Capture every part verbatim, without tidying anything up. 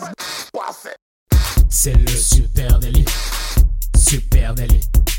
C'est le super délit. Super délit.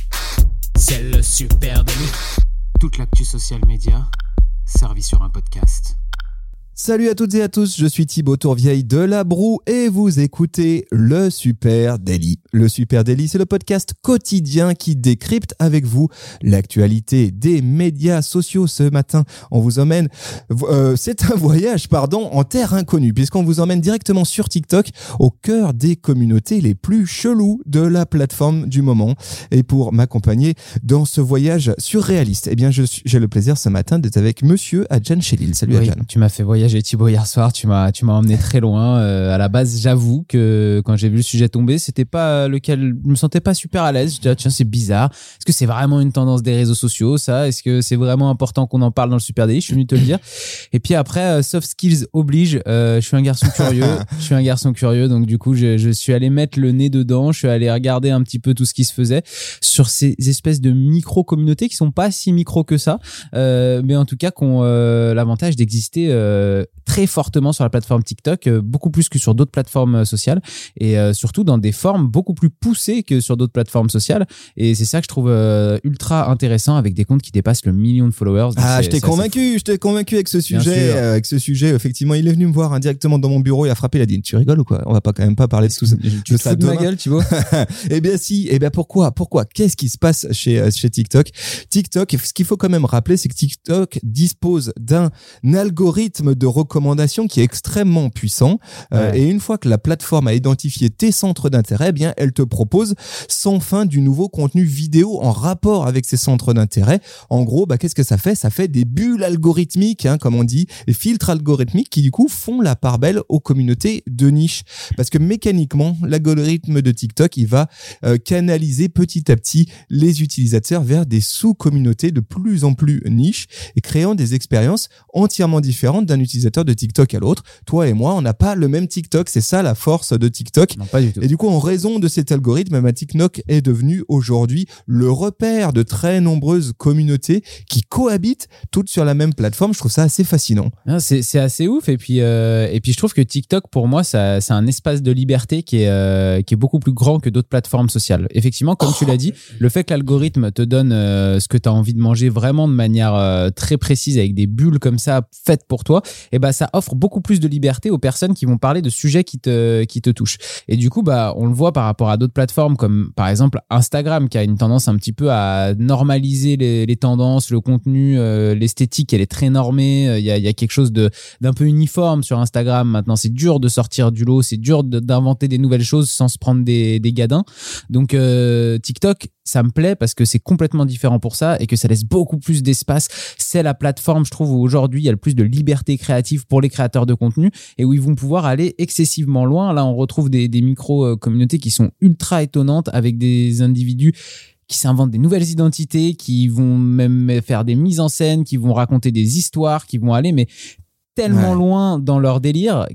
C'est le super délit. Toute l'actu social média servie sur un podcast. Salut à toutes et à tous, je suis Thibaut Tourvieille de La Broue et vous écoutez le Super Daily. Le Super Daily, c'est le podcast quotidien qui décrypte avec vous l'actualité des médias sociaux. Ce matin, on vous emmène, euh, c'est un voyage, pardon, en terre inconnue, puisqu'on vous emmène directement sur TikTok, au cœur des communautés les plus cheloues de la plateforme du moment. Et pour m'accompagner dans ce voyage surréaliste, eh bien, je suis, j'ai le plaisir ce matin d'être avec Monsieur Adjan Chélil. Salut oui, Adjan. Tu m'as fait voyager. J'ai Thibaut hier soir, tu m'as, tu m'as emmené très loin. Euh, à la base, j'avoue que quand j'ai vu le sujet tomber, c'était pas lequel, je me sentais pas super à l'aise. Je disais, tiens, c'est bizarre. Est-ce que c'est vraiment une tendance des réseaux sociaux, ça? Est-ce que c'est vraiment important qu'on en parle dans le Super Daily? Je suis venu te le dire. Et puis après, euh, soft skills oblige. Euh, je suis un garçon curieux. je suis un garçon curieux. Donc, du coup, je, je suis allé mettre le nez dedans. Je suis allé regarder un petit peu tout ce qui se faisait sur ces espèces de micro-communautés qui sont pas si micro que ça. Euh, mais en tout cas, qui ont euh, l'avantage d'exister, euh, très fortement sur la plateforme TikTok, euh, beaucoup plus que sur d'autres plateformes euh, sociales et euh, surtout dans des formes beaucoup plus poussées que sur d'autres plateformes sociales. Et c'est ça que je trouve euh, ultra intéressant avec des comptes qui dépassent le million de followers. Donc ah, c'est, je t'ai c'est convaincu, je t'ai convaincu avec ce sujet, euh, avec ce sujet. Effectivement, il est venu me voir indirectement dans mon bureau, il a frappé, il a dit, tu rigoles ou quoi? On va pas quand même pas parler de tout ça. Tu te fous de ma gueule, Thibaut? Eh bien si, eh bien pourquoi, pourquoi? Qu'est-ce qui se passe chez chez TikTok? TikTok, ce qu'il faut quand même rappeler, c'est que TikTok dispose d'un algorithme de recommandation qui est extrêmement puissant. Ouais. Euh, et une fois que la plateforme a identifié tes centres d'intérêt, eh bien elle te propose sans fin du nouveau contenu vidéo en rapport avec ces centres d'intérêt. En gros, bah qu'est-ce que ça fait? Ça fait des bulles algorithmiques, hein, comme on dit, des filtres algorithmiques qui du coup font la part belle aux communautés de niche. Parce que mécaniquement, l'algorithme de TikTok, il va euh, canaliser petit à petit les utilisateurs vers des sous-communautés de plus en plus niches et créant des expériences entièrement différentes d'un utilisateur de TikTok à l'autre. Toi et moi, on n'a pas le même TikTok. C'est ça la force de TikTok. Non, pas du tout. Et du coup, en raison de cet algorithme, ma TikTok est devenu aujourd'hui le repère de très nombreuses communautés qui cohabitent toutes sur la même plateforme. Je trouve ça assez fascinant. Non, c'est, c'est assez ouf. Et puis, euh, et puis, je trouve que TikTok, pour moi, ça, c'est un espace de liberté qui est, euh, qui est beaucoup plus grand que d'autres plateformes sociales. Effectivement, comme oh. tu l'as dit, le fait que l'algorithme te donne euh, ce que tu as envie de manger vraiment de manière euh, très précise avec des bulles comme ça faites pour toi, et ben ça offre beaucoup plus de liberté aux personnes qui vont parler de sujets qui te qui te touchent. Et du coup, bah on le voit par rapport à d'autres plateformes comme par exemple Instagram qui a une tendance un petit peu à normaliser les, les tendances, le contenu, euh, l'esthétique, elle est très normée. Il y a il y a quelque chose de d'un peu uniforme sur Instagram. Maintenant, c'est dur de sortir du lot, c'est dur de, d'inventer des nouvelles choses sans se prendre des des gadins. Donc euh, TikTok, ça me plaît parce que c'est complètement différent pour ça et que ça laisse beaucoup plus d'espace. C'est la plateforme, je trouve, où aujourd'hui il y a le plus de liberté créative pour les créateurs de contenu et où ils vont pouvoir aller excessivement loin. Là, on retrouve des, des micro-communautés qui sont ultra étonnantes avec des individus qui s'inventent des nouvelles identités, qui vont même faire des mises en scène, qui vont raconter des histoires, qui vont aller mais tellement ouais. loin dans leur délire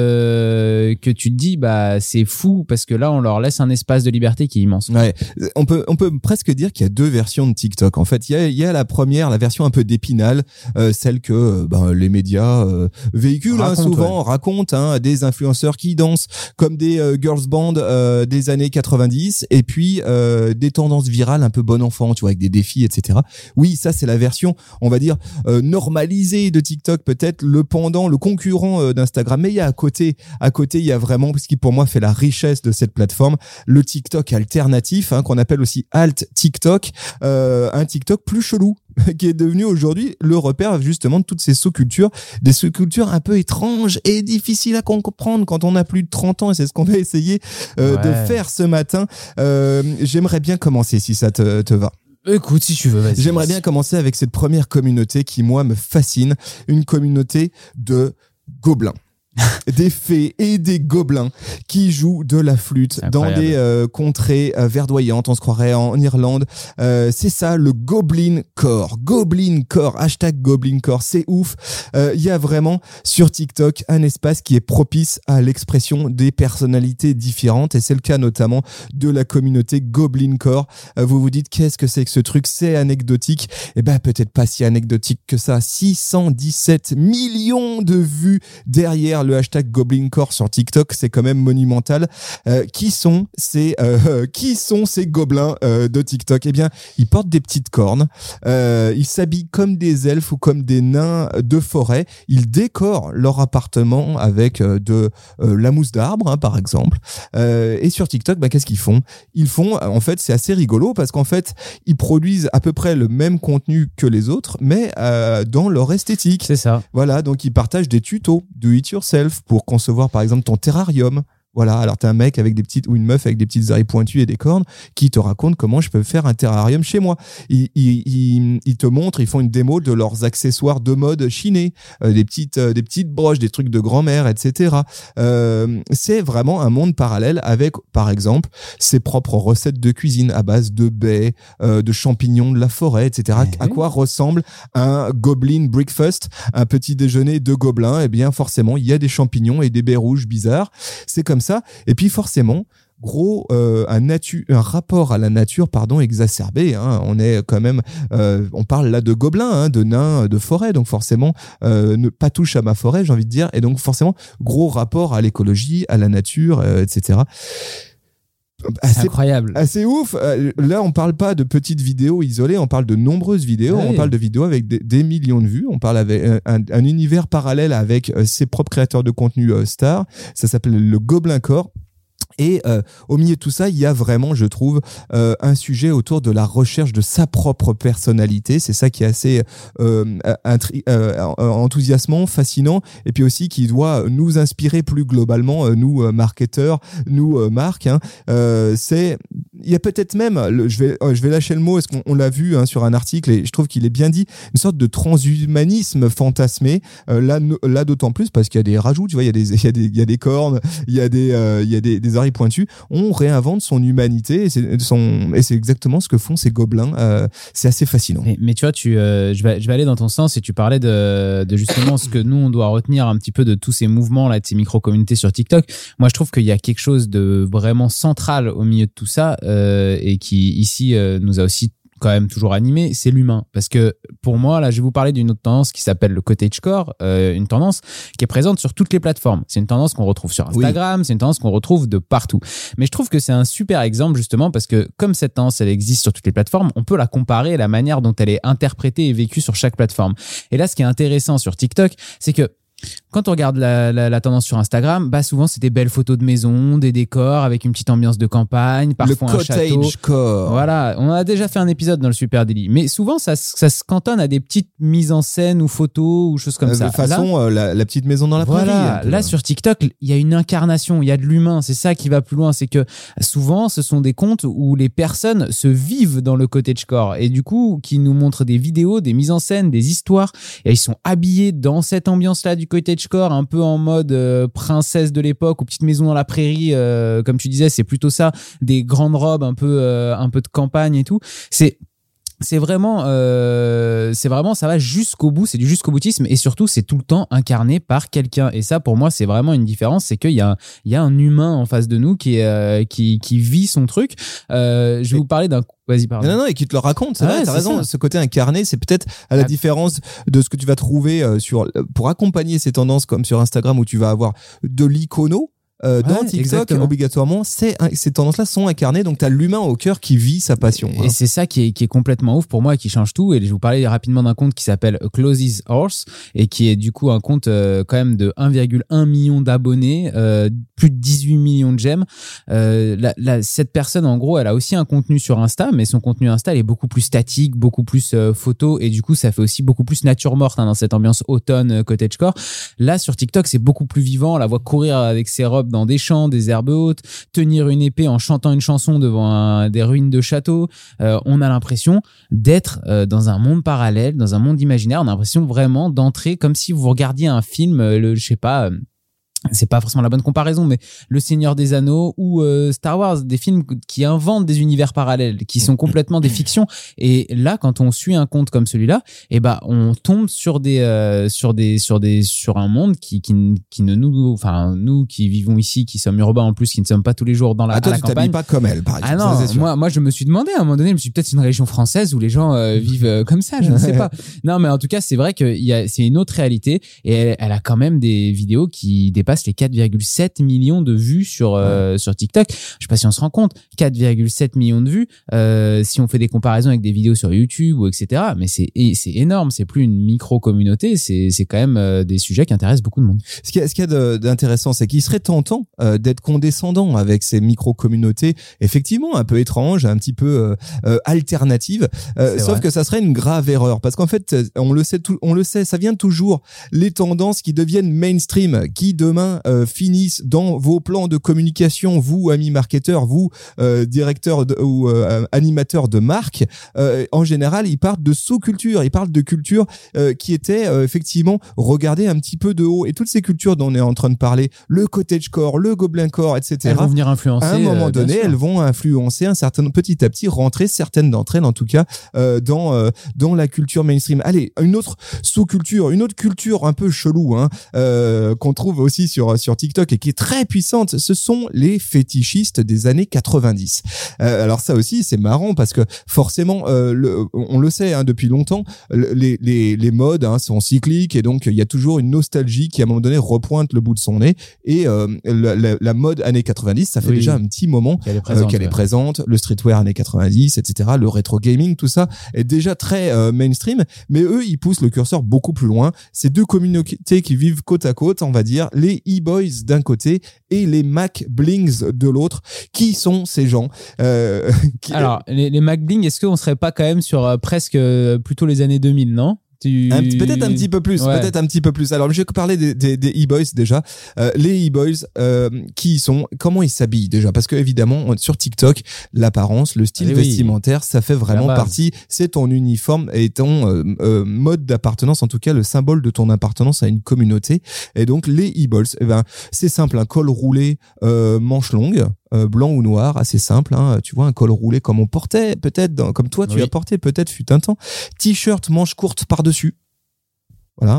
que que tu te dis bah c'est fou parce que là on leur laisse un espace de liberté qui est immense. Ouais, on peut on peut presque dire qu'il y a deux versions de TikTok. En fait, il y a il y a la première, la version un peu d'Épinal, euh, celle que ben les médias euh, véhiculent hein, souvent, ouais. racontent hein, des influenceurs qui dansent comme des euh, girls band euh, des années quatre-vingt-dix et puis euh, des tendances virales un peu bon enfant, tu vois, avec des défis, et cetera. Oui, ça c'est la version, on va dire euh, normalisée de TikTok, peut-être le pendant, le concurrent d'Instagram. Mais il y a à côté, à côté, il y a vraiment ce qui pour moi fait la richesse de cette plateforme, le TikTok alternatif, hein, qu'on appelle aussi alt TikTok, euh, un TikTok plus chelou, qui est devenu aujourd'hui le repère justement de toutes ces sous-cultures, des sous-cultures un peu étranges et difficiles à comprendre quand on a plus de trente ans, et c'est ce qu'on va essayer euh, ouais. de faire ce matin. Euh, j'aimerais bien commencer si ça te, te va. Écoute, si tu veux, vas-y. J'aimerais bien commencer avec cette première communauté qui, moi, me fascine. Une communauté de gobelins. Des fées et des gobelins qui jouent de la flûte dans des euh, contrées euh, verdoyantes, on se croirait en, en Irlande. Euh, c'est ça, le Goblin Core. Goblin Core, hashtag Goblin Core, c'est ouf. Il euh, y a vraiment sur TikTok un espace qui est propice à l'expression des personnalités différentes et c'est le cas notamment de la communauté Goblin Core. Euh, vous vous dites, qu'est-ce que c'est que ce truc? C'est anecdotique. Eh ben, peut-être pas si anecdotique que ça. six cent dix-sept millions de vues derrière le hashtag GoblinCore sur TikTok, c'est quand même monumental. Euh, qui sont ces euh, qui sont ces gobelins euh, de TikTok? Eh bien, ils portent des petites cornes, euh, ils s'habillent comme des elfes ou comme des nains de forêt, ils décorent leur appartement avec euh, de euh, la mousse d'arbre, hein, par exemple. Euh, et sur TikTok, bah, qu'est-ce qu'ils font? Ils font, en fait, c'est assez rigolo parce qu'en fait, ils produisent à peu près le même contenu que les autres, mais euh, dans leur esthétique. C'est ça. Voilà, donc ils partagent des tutos do it yourself pour concevoir par exemple ton terrarium. Voilà, alors t'as un mec avec des petites ou une meuf avec des petites oreilles pointues et des cornes qui te raconte comment je peux faire un terrarium chez moi. Ils, ils, ils, ils te montrent, ils font une démo de leurs accessoires de mode chinés, euh, des petites, euh, des petites broches, des trucs de grand-mère, et cetera. Euh, c'est vraiment un monde parallèle avec, par exemple, ses propres recettes de cuisine à base de baies, euh, de champignons de la forêt, et cetera. Mmh. À quoi ressemble un goblin breakfast, un petit déjeuner de gobelins? Eh bien, forcément, il y a des champignons et des baies rouges bizarres. C'est comme ça. Et puis forcément, gros, euh, un, natu- un rapport à la nature, pardon, exacerbé. Hein. On est quand même, euh, on parle là de gobelins, hein, de nains, de forêt. Donc forcément, euh, ne pas touche à ma forêt, j'ai envie de dire. Et donc forcément, gros rapport à l'écologie, à la nature, euh, et cetera. Assez, c'est incroyable. Assez ouf. Là, on parle pas de petites vidéos isolées, on parle de nombreuses vidéos. Ouais. On parle de vidéos avec des, des millions de vues. On parle avec un, un univers parallèle avec ses propres créateurs de contenu euh, stars. Ça s'appelle le GoblinCore. Et euh, au milieu de tout ça, il y a vraiment, je trouve, euh, un sujet autour de la recherche de sa propre personnalité. C'est ça qui est assez euh, intri- euh, enthousiasmant, fascinant, et puis aussi qui doit nous inspirer plus globalement, nous euh, marketeurs, nous euh, marques. Hein. Euh, c'est, il y a peut-être même, le, je vais, je vais lâcher le mot, est-ce qu'on on l'a vu hein, sur un article, et je trouve qu'il est bien dit, une sorte de transhumanisme fantasmé. Euh, là, là d'autant plus parce qu'il y a des rajouts, tu vois, il y a des, il y a des, il y a des cornes, il y a des, euh, il y a des, des oreilles pointues. On réinvente son humanité et c'est, son, et c'est exactement ce que font ces gobelins. Euh, c'est assez fascinant. Mais, mais tu vois, tu, euh, je, vais, je vais aller dans ton sens et tu parlais de, de justement ce que nous, on doit retenir un petit peu de tous ces mouvements, là, de ces micro-communautés sur TikTok. Moi, je trouve qu'il y a quelque chose de vraiment central au milieu de tout ça euh, et qui, ici, euh, nous a aussi quand même toujours animé, c'est l'humain. Parce que pour moi, là, je vais vous parler d'une autre tendance qui s'appelle le cottagecore, euh, une tendance qui est présente sur toutes les plateformes. C'est une tendance qu'on retrouve sur Instagram, oui. C'est une tendance qu'on retrouve de partout. Mais je trouve que c'est un super exemple justement parce que comme cette tendance, elle existe sur toutes les plateformes, on peut la comparer à la manière dont elle est interprétée et vécue sur chaque plateforme. Et là, ce qui est intéressant sur TikTok, c'est que quand on regarde la, la, la tendance sur Instagram, bah souvent c'est des belles photos de maison, des décors avec une petite ambiance de campagne, parfois le un château. Core. Voilà, on a déjà fait un épisode dans le Super Daily, mais souvent ça, ça se cantonne à des petites mises en scène ou photos ou choses comme euh, ça. De façon, là, euh, la, la petite maison dans la voilà, prairie. Là sur TikTok, il y a une incarnation, il y a de l'humain. C'est ça qui va plus loin, c'est que souvent ce sont des comptes où les personnes se vivent dans le cottagecore et du coup qui nous montrent des vidéos, des mises en scène, des histoires. Et ils sont habillés dans cette ambiance-là du cottagecore, un peu en mode euh, princesse de l'époque ou petite maison dans la prairie, euh, comme tu disais, c'est plutôt ça, des grandes robes, un peu, euh, un peu de campagne et tout. C'est C'est vraiment, euh, c'est vraiment, ça va jusqu'au bout, c'est du jusqu'au boutisme et surtout c'est tout le temps incarné par quelqu'un. Et ça, pour moi, c'est vraiment une différence, c'est qu'il y a, il y a un humain en face de nous qui est, euh, qui, qui vit son truc. Euh, je vais et... vous parler d'un. Vas-y, pardon. Non, non, et qui te le raconte. C'est ah vrai, ouais, t'as raison. Ça. Ce côté incarné, c'est peut-être à la ah. différence de ce que tu vas trouver sur, pour accompagner ces tendances comme sur Instagram où tu vas avoir de l'icono. Euh, ouais, dans TikTok, exactement. Obligatoirement, c'est, ces tendances-là sont incarnées, donc t'as l'humain au cœur qui vit sa passion. Et hein. C'est ça qui est, qui est complètement ouf pour moi et qui change tout. Et je vais vous parler rapidement d'un compte qui s'appelle Closes Horse et qui est du coup un compte euh, quand même de un virgule un million d'abonnés, euh, plus de dix-huit millions de j'aime. Euh, la, la, cette personne, en gros, elle a aussi un contenu sur Insta, mais son contenu Insta il est beaucoup plus statique, beaucoup plus euh, photo et du coup, ça fait aussi beaucoup plus nature morte hein, dans cette ambiance automne euh, cottagecore. Là, sur TikTok, c'est beaucoup plus vivant. On la voit courir avec ses robes dans des champs, des herbes hautes, tenir une épée en chantant une chanson devant un, des ruines de châteaux. Euh, on a l'impression d'être euh, dans un monde parallèle, dans un monde imaginaire. On a l'impression vraiment d'entrer comme si vous regardiez un film, euh, le, je sais pas... Euh, c'est pas forcément la bonne comparaison, mais Le Seigneur des Anneaux ou euh, Star Wars, des films qui inventent des univers parallèles, qui sont complètement des fictions. Et là, quand on suit un conte comme celui-là, eh ben, on tombe sur des, euh, sur des, sur des, sur un monde qui, qui, qui ne nous, enfin, nous qui vivons ici, qui sommes urbains en plus, qui ne sommes pas tous les jours dans la, ah, toi, à la tu campagne. t'habilles pas comme elle, par exemple. Ah non, ça, moi, moi, je me suis demandé à un moment donné, je me suis dit, peut-être c'est une région française où les gens euh, vivent euh, comme ça, je ne sais pas. Non, mais en tout cas, c'est vrai que il y a, c'est une autre réalité et elle, elle a quand même des vidéos qui dépassent les quatre virgule sept millions de vues sur euh, ouais. sur TikTok. Je sais pas si on se rend compte, quatre virgule sept millions de vues. Euh, si on fait des comparaisons avec des vidéos sur YouTube ou et cetera, mais c'est c'est énorme. C'est plus une micro communauté. C'est c'est quand même euh, des sujets qui intéressent beaucoup de monde. Ce qui ce qu'il y a d'intéressant, c'est qu'il serait tentant euh, d'être condescendant avec ces micro communautés, effectivement un peu étranges, un petit peu euh, euh, alternatives. Euh, sauf vrai. que ça serait une grave erreur parce qu'en fait, on le sait, tout, on le sait, ça vient toujours les tendances qui deviennent mainstream, qui demain euh, finissent dans vos plans de communication, vous amis marketeurs, vous euh, directeurs de, ou euh, animateurs de marque. Euh, en général, ils parlent de sous-culture, ils parlent de culture euh, qui était euh, effectivement regardée un petit peu de haut. Et toutes ces cultures dont on est en train de parler, le cottagecore, le goblincore, et cetera. Elles vont venir influencer. À un moment euh, donné, elles vont influencer un certain petit à petit, rentrer certaines d'entre elles en tout cas euh, dans euh, dans la culture mainstream. Allez, une autre sous-culture, une autre culture un peu chelou hein, euh, qu'on trouve aussi sur sur TikTok et qui est très puissante, ce sont les fétichistes des années quatre-vingt-dix. Euh, alors ça aussi c'est marrant parce que forcément euh, le, on le sait hein, depuis longtemps, les les les modes hein, sont cycliques et donc il y a toujours une nostalgie qui à un moment donné repointe le bout de son nez et euh, la, la, la mode années quatre-vingt-dix, ça fait oui, déjà un petit moment qu'elle est présente, euh, qu'elle ouais. est présente, le streetwear années quatre-vingt-dix, et cetera, le rétro gaming, tout ça est déjà très euh, mainstream, mais eux ils poussent le curseur beaucoup plus loin. Ces deux communautés qui vivent côte à côte, on va dire, les e-boys d'un côté et les Mac Blings de l'autre. Qui sont ces gens euh, qui... Alors les, les Mac Bling, est-ce qu'on serait pas quand même sur euh, presque euh, plutôt les années deux mille, non? Tu... Un, peut-être un petit peu plus, ouais. peut-être un petit peu plus. Alors, je vais parler des, des, des e-boys déjà. Euh, les e-boys, euh, qui ils sont, comment ils s'habillent déjà? Parce que évidemment, on, sur TikTok, l'apparence, le style Allez, vestimentaire, oui. ça fait vraiment partie. C'est ton uniforme et ton euh, euh, mode d'appartenance, en tout cas le symbole de ton appartenance à une communauté. Et donc les e-boys, eh ben c'est simple, un col roulé, euh, manche longue. Euh, blanc ou noir, assez simple, hein. Tu vois, un col roulé comme on portait, peut-être, dans, comme toi tu oui. as porté, peut-être fut un temps. T-shirt, manche courte par-dessus. Voilà.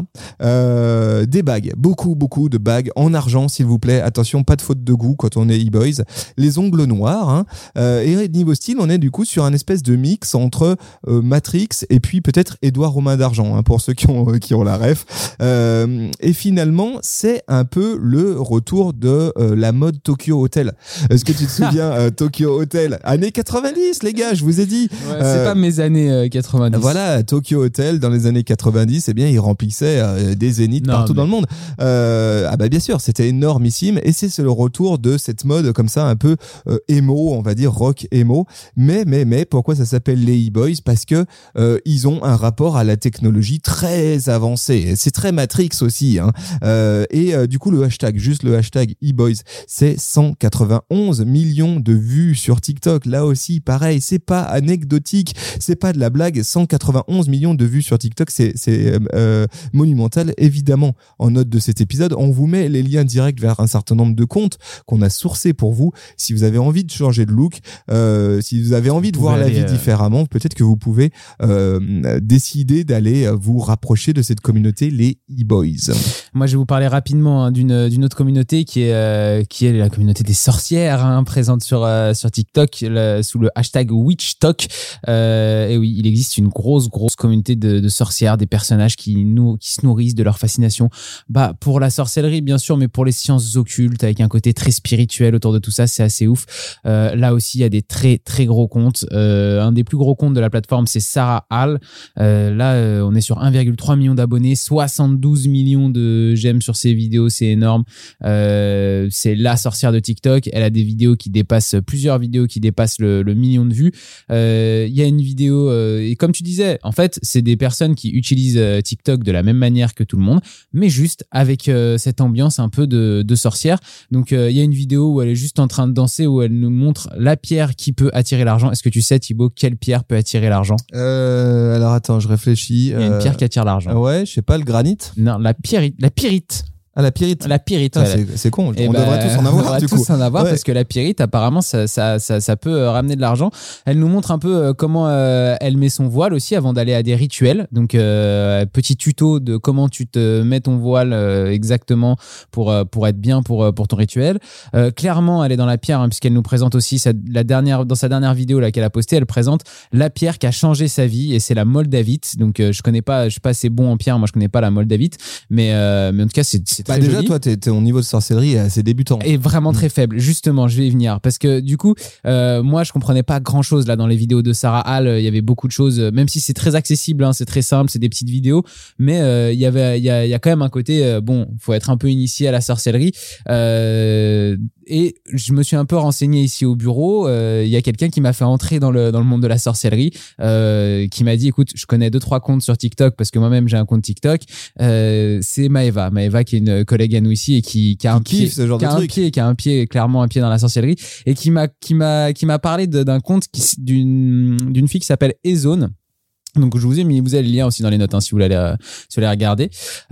Euh, des bagues, beaucoup, beaucoup de bagues en argent, s'il vous plaît. Attention, pas de faute de goût quand on est e-boys. Les ongles noirs. Hein. Euh, et niveau style, on est du coup sur un espèce de mix entre euh, Matrix et puis peut-être Édouard Romain d'Argent, hein, pour ceux qui ont qui ont la ref. Euh, et finalement, c'est un peu le retour de euh, la mode Tokyo Hotel. Est-ce que tu te souviens euh, Tokyo Hotel, années quatre-vingt-dix, les gars, je vous ai dit. Ouais, euh, c'est pas mes années euh, quatre-vingt-dix. Voilà, Tokyo Hotel dans les années quatre-vingt-dix, eh bien, il remplit Euh, des zéniths non, partout mais... dans le monde. Euh, ah bah bien sûr, c'était énormissime et c'est, c'est le retour de cette mode comme ça un peu euh, emo, on va dire rock emo. Mais mais mais pourquoi ça s'appelle les e-boys? Parce que euh, ils ont un rapport à la technologie très avancé. C'est très Matrix aussi. Hein. Euh, et euh, du coup le hashtag, juste le hashtag e-boys, c'est cent quatre-vingt-onze millions de vues sur TikTok. Là aussi, pareil, c'est pas anecdotique, c'est pas de la blague. cent quatre-vingt-onze millions de vues sur TikTok, c'est c'est euh, monumental. Évidemment, en note de cet épisode, on vous met les liens directs vers un certain nombre de comptes qu'on a sourcés pour vous. Si vous avez envie de changer de look, euh, si vous avez envie de voir la vie euh... différemment, peut-être que vous pouvez euh, décider d'aller vous rapprocher de cette communauté, les e-boys. Moi, je vais vous parler rapidement hein, d'une, d'une autre communauté qui est, euh, qui est la communauté des sorcières, hein, présente sur, euh, sur TikTok le, sous le hashtag WitchTok. Euh, et oui, il existe une grosse, grosse communauté de, de sorcières, des personnages qui nous qui se nourrissent de leur fascination bah pour la sorcellerie bien sûr, mais pour les sciences occultes avec un côté très spirituel autour de tout ça. C'est assez ouf. Euh, là aussi il y a des très très gros comptes. Euh, un des plus gros comptes de la plateforme, c'est Sarah Hall. Euh, là euh, on est sur un virgule trois million d'abonnés, soixante-douze millions de j'aime sur ses vidéos, c'est énorme. Euh, c'est la sorcière de TikTok. Elle a des vidéos qui dépassent plusieurs vidéos qui dépassent le, le million de vues. Euh, il y a une vidéo euh, et comme tu disais, en fait c'est des personnes qui utilisent euh, TikTok de la même manière que tout le monde, mais juste avec euh, cette ambiance un peu de, de sorcière. Donc il euh, y a une vidéo où elle est juste en train de danser, où elle nous montre la pierre qui peut attirer l'argent. Est-ce que tu sais, Thibaut, quelle pierre peut attirer l'argent? euh, Alors attends, je réfléchis. Il y a une euh... pierre qui attire l'argent. Ouais, je sais pas, le granit? Non, la pyrite. La pyrite. Ah, la pyrite. La pyrite, ah, ouais. c'est, c'est con. Et on bah, devrait tous en avoir. On devrait du tous coup. en avoir ouais. parce que la pyrite, apparemment, ça, ça, ça, ça peut ramener de l'argent. Elle nous montre un peu euh, comment euh, elle met son voile aussi avant d'aller à des rituels. Donc, euh, petit tuto de comment tu te mets ton voile euh, exactement pour, euh, pour être bien pour, pour ton rituel. Euh, clairement, elle est dans la pierre hein, puisqu'elle nous présente aussi sa, la dernière, dans sa dernière vidéo là, qu'elle a postée, elle présente la pierre qui a changé sa vie et c'est la moldavite. Donc, euh, je connais pas, je suis pas assez bon en pierre. Moi, je connais pas la moldavite, mais, euh, mais en tout cas, c'est, c'est très bah, déjà, joli. toi, t'es, ton niveau de sorcellerie est assez débutant. Est vraiment très faible. Justement, je vais y venir. Parce que du coup, euh, moi, je comprenais pas grand-chose là dans les vidéos de Sarah Hall. Il y avait beaucoup de choses, même si c'est très accessible, hein, c'est très simple, c'est des petites vidéos. Mais euh, il y avait, il y a, il y a quand même un côté, euh, bon, faut être un peu initié à la sorcellerie. Euh, et je me suis un peu renseigné ici au bureau. Euh, il y a quelqu'un qui m'a fait entrer dans le dans le monde de la sorcellerie, euh, qui m'a dit, écoute, je connais deux trois comptes sur TikTok parce que moi-même j'ai un compte TikTok. Euh, c'est Maëva, Maëva qui est une collègue à nous ici et qui, qui a un qui pied, ce genre qui a de un truc. pied, qui a un pied clairement un pied dans la sorcellerie et qui m'a qui m'a qui m'a parlé de, d'un compte qui, d'une d'une fille qui s'appelle Ezone. Donc je vous ai mis, vous avez le lien aussi dans les notes hein, si vous voulez aller, si vous voulez regarder.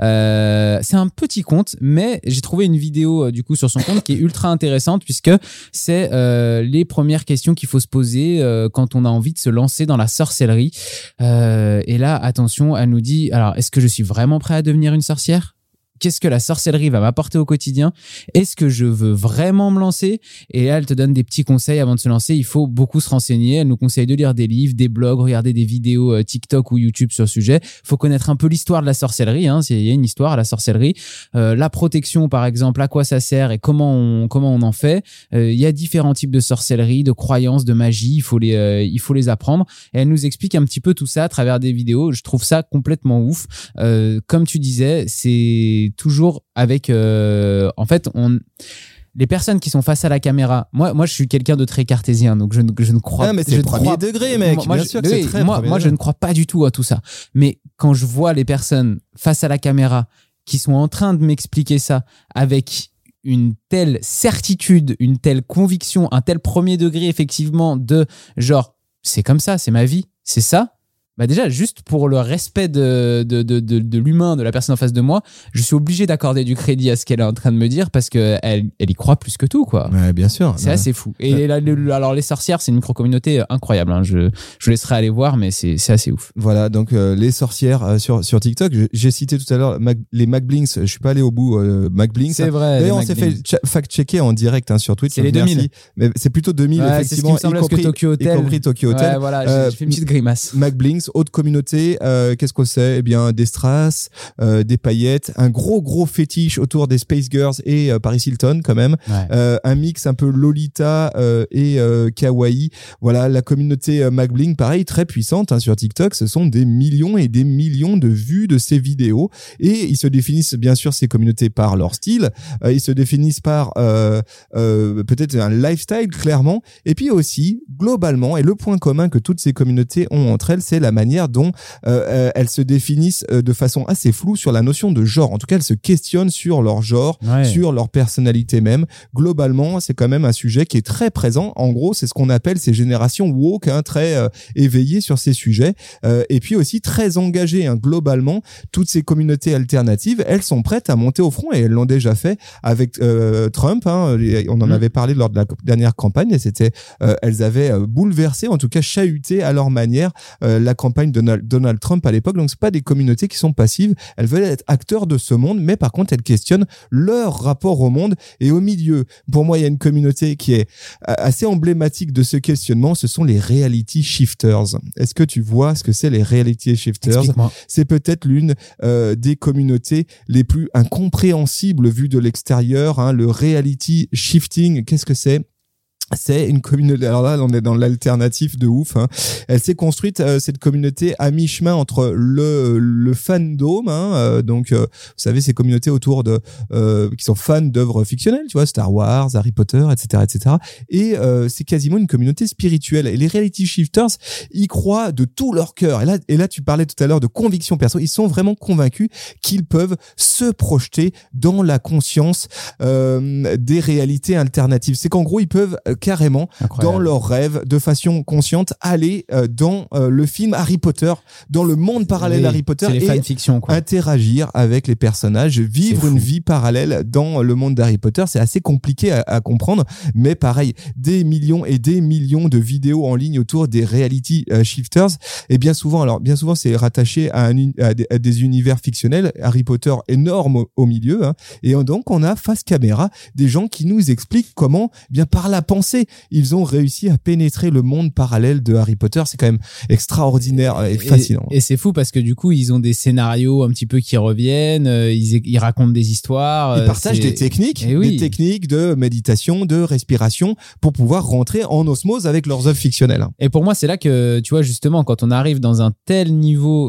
Euh, c'est un petit compte, mais j'ai trouvé une vidéo euh, du coup sur son compte qui est ultra intéressante puisque c'est euh, les premières questions qu'il faut se poser euh, quand on a envie de se lancer dans la sorcellerie. Euh, et là, attention, elle nous dit alors est-ce que je suis vraiment prêt à devenir une sorcière ? Qu'est-ce que la sorcellerie va m'apporter au quotidien ? Est-ce que je veux vraiment me lancer ? Et là, elle te donne des petits conseils avant de se lancer. Il faut beaucoup se renseigner. Elle nous conseille de lire des livres, des blogs, regarder des vidéos euh, TikTok ou YouTube sur le sujet. Il faut connaître un peu l'histoire de la sorcellerie. Hein. Il y a une histoire à la sorcellerie. Euh, la protection, par exemple, à quoi ça sert et comment on, comment on en fait. Euh, il y a différents types de sorcellerie, de croyances, de magie. Il faut les, euh, il faut les apprendre. Et elle nous explique un petit peu tout ça à travers des vidéos. Je trouve ça complètement ouf. Euh, comme tu disais, c'est toujours avec euh, en fait on les personnes qui sont face à la caméra, moi moi je suis quelqu'un de très cartésien donc je ne je ne crois ah, mais c'est je le premier crois, degré mec moi, bien je, sûr que oui, c'est très moi moi je ne crois pas du tout à tout ça mais quand je vois les personnes face à la caméra qui sont en train de m'expliquer ça avec une telle certitude, une telle conviction, un tel premier degré effectivement de genre c'est comme ça, c'est ma vie, c'est ça. Bah déjà, juste pour le respect de, de, de, de, de l'humain, de la personne en face de moi, je suis obligé d'accorder du crédit à ce qu'elle est en train de me dire parce qu'elle elle y croit plus que tout, quoi. Ouais, bien sûr. C'est ouais. assez fou. Et ouais. là, le, alors, les sorcières, c'est une micro-communauté incroyable. Hein. Je, je vous laisserai aller voir, mais c'est, c'est assez ouf. Voilà, donc euh, les sorcières euh, sur, sur TikTok. J'ai cité tout à l'heure Mac, les MacBlinks. Je suis pas allé au bout. Euh, MacBlinks. C'est vrai. D'ailleurs, on s'est fait fact-checker en direct hein, sur Twitch. C'est les deux mille. Mais c'est plutôt deux mille, ouais, effectivement. C'est ce qui me semble, y compris, que Tokyo Hotel. Y compris Tokyo Hotel. Ouais, voilà, euh, j'ai fait une petite grimace. MacBlinks, haute communauté. Euh, qu'est-ce que c'est ? Eh bien, des strass, euh, des paillettes, un gros gros fétiche autour des Space Girls et euh, Paris Hilton quand même. Ouais. Euh, un mix un peu Lolita euh, et euh, kawaii. Voilà, la communauté euh, MacBlink, pareil, très puissante hein, sur TikTok. Ce sont des millions et des millions de vues de ces vidéos et ils se définissent bien sûr ces communautés par leur style. Euh, ils se définissent par euh, euh, peut-être un lifestyle clairement. Et puis aussi globalement, et le point commun que toutes ces communautés ont entre elles, c'est la manière dont euh, elles se définissent euh, de façon assez floue sur la notion de genre. En tout cas, elles se questionnent sur leur genre, ouais. sur leur personnalité même. Globalement, c'est quand même un sujet qui est très présent. En gros, c'est ce qu'on appelle ces générations woke, hein, très euh, éveillées sur ces sujets, euh, et puis aussi très engagées. Hein. Globalement, toutes ces communautés alternatives, elles sont prêtes à monter au front et elles l'ont déjà fait avec euh, Trump. Hein. On en mmh. avait parlé lors de la dernière campagne et c'était, euh, elles avaient bouleversé, en tout cas chahuté à leur manière, euh, la campagne de Donald Trump à l'époque. Donc c'est pas des communautés qui sont passives, elles veulent être acteurs de ce monde, mais par contre elles questionnent leur rapport au monde. Et au milieu, pour moi il y a une communauté qui est assez emblématique de ce questionnement, ce sont les reality shifters. Est-ce que tu vois ce que c'est les reality shifters ? C'est peut-être l'une euh, des communautés les plus incompréhensibles vues de l'extérieur, hein. Le reality shifting, qu'est-ce que c'est ? C'est une communauté, alors là on est dans l'alternatif de ouf, hein. Elle s'est construite, euh, cette communauté à mi-chemin entre le le fandom, hein, euh, donc euh, vous savez ces communautés autour de euh, qui sont fans d'œuvres fictionnelles, tu vois, Star Wars, Harry Potter, et cetera, et cetera. Et euh, c'est quasiment une communauté spirituelle. Et les reality shifters y croient de tout leur cœur. Et là, et là tu parlais tout à l'heure de conviction perso. Ils sont vraiment convaincus qu'ils peuvent se projeter dans la conscience euh, des réalités alternatives. C'est qu'en gros ils peuvent euh, carrément Incroyable. Dans leurs rêves, de façon consciente, aller euh, dans euh, le film Harry Potter, dans le monde parallèle oui, Harry Potter les et fanfictions, quoi. interagir avec les personnages, vivre une vie parallèle dans le monde d'Harry Potter. C'est assez compliqué à, à comprendre, mais pareil, des millions et des millions de vidéos en ligne autour des reality euh, shifters. Et bien souvent, alors bien souvent, c'est rattaché à, un, à, des, à des univers fictionnels. Harry Potter énorme au, au milieu, hein. Et donc on a face caméra des gens qui nous expliquent comment, bien par la pensée, ils ont réussi à pénétrer le monde parallèle de Harry Potter. C'est quand même extraordinaire et, et fascinant. Et, et c'est fou parce que du coup, ils ont des scénarios un petit peu qui reviennent, ils, ils racontent des histoires. Ils partagent c'est... des techniques, oui. des techniques de méditation, de respiration pour pouvoir rentrer en osmose avec leurs œuvres fictionnelles. Et pour moi, c'est là que, tu vois, justement, quand on arrive dans un tel niveau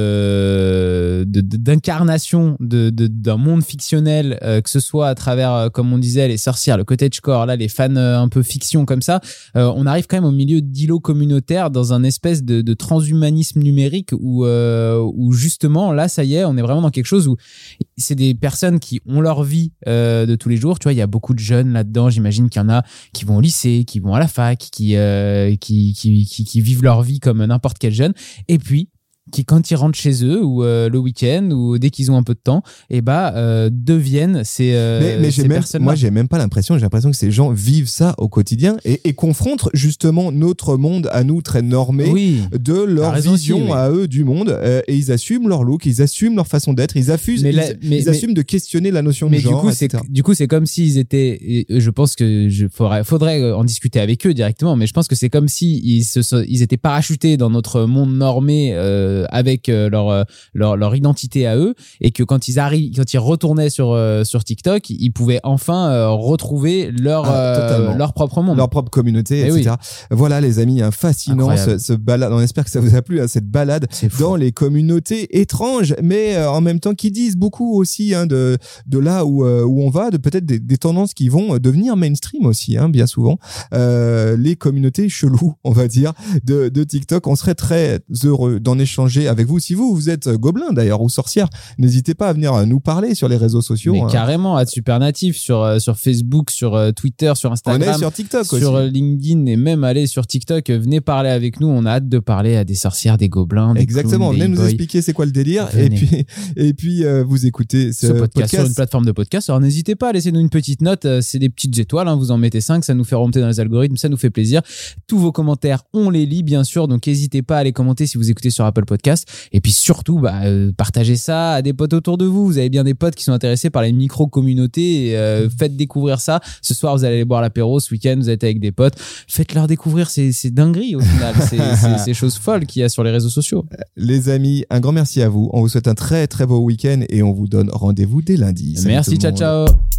de, de, de d'incarnation de, de, d'un monde fictionnel, euh, que ce soit à travers, euh, comme on disait, les sorcières, le cottagecore, là, les fans euh, un peu fiction comme ça, euh, on arrive quand même au milieu d'îlots communautaires dans un espèce de, de transhumanisme numérique où, euh, où justement, là, ça y est, on est vraiment dans quelque chose où c'est des personnes qui ont leur vie euh, de tous les jours. Tu vois, il y a beaucoup de jeunes là-dedans. J'imagine qu'il y en a qui vont au lycée, qui vont à la fac, qui, euh, qui, qui, qui, qui vivent leur vie comme n'importe quel jeune. Et puis, qui quand ils rentrent chez eux ou euh, le week-end ou dès qu'ils ont un peu de temps, et bah euh, deviennent ces, euh, mais, mais ces j'ai même, personnes-là. Moi, j'ai même pas l'impression. J'ai l'impression que ces gens vivent ça au quotidien et, et confrontent justement notre monde à nous très normé oui, de leur vision aussi, oui. à eux du monde euh, et ils assument leur look, ils assument leur façon d'être, ils affusent, mais la, ils, mais, ils mais, assument de questionner la notion mais de genre. Du coup, c'est, du coup, c'est comme s'ils étaient. Je pense que je faudrait, faudrait en discuter avec eux directement, mais je pense que c'est comme si ils se, ils étaient parachutés dans notre monde normé euh, avec euh, leur, leur leur identité à eux et que quand ils arrivent quand ils retournaient sur euh, sur TikTok ils pouvaient enfin euh, retrouver leur ah, euh, leur propre monde, leur propre communauté, et cetera. Oui. Voilà les amis, un fascinant ce, ce balade. On espère que ça vous a plu, hein, cette balade dans les communautés étranges mais euh, en même temps qui disent beaucoup aussi, hein, de de là où euh, où on va, de peut-être des, des tendances qui vont devenir mainstream aussi, hein, bien souvent euh, les communautés cheloues, on va dire, de de TikTok. On serait très heureux d'en échanger avec vous. Si vous vous êtes gobelin d'ailleurs ou sorcière, n'hésitez pas à venir nous parler sur les réseaux sociaux. Mais hein. Carrément, à Supernatif sur sur Facebook, sur Twitter, sur Instagram, on est sur TikTok sur aussi. LinkedIn et même aller sur TikTok. Venez parler avec nous. On a hâte de parler à des sorcières, des gobelins, des exactement. clowns, venez des nous boys. expliquer c'est quoi le délire. Venez. Et puis et puis euh, vous écoutez ce, ce podcast, podcast sur une plateforme de podcast. Alors n'hésitez pas à laisser nous une petite note. C'est des petites étoiles. Hein. Vous en mettez cinq, ça nous fait remonter dans les algorithmes, ça nous fait plaisir. Tous vos commentaires, on les lit bien sûr. Donc n'hésitez pas à les commenter si vous écoutez sur Apple Podcast. Et puis surtout, bah, euh, partagez ça à des potes autour de vous. Vous avez bien des potes qui sont intéressés par les micro-communautés. Et, euh, faites découvrir ça. Ce soir, vous allez aller boire l'apéro. Ce week-end, vous êtes avec des potes. Faites-leur découvrir ces, ces dingueries au final. ces, ces, ces choses folles qu'il y a sur les réseaux sociaux. Les amis, un grand merci à vous. On vous souhaite un très très beau week-end et on vous donne rendez-vous dès lundi. Salut merci, ciao ciao.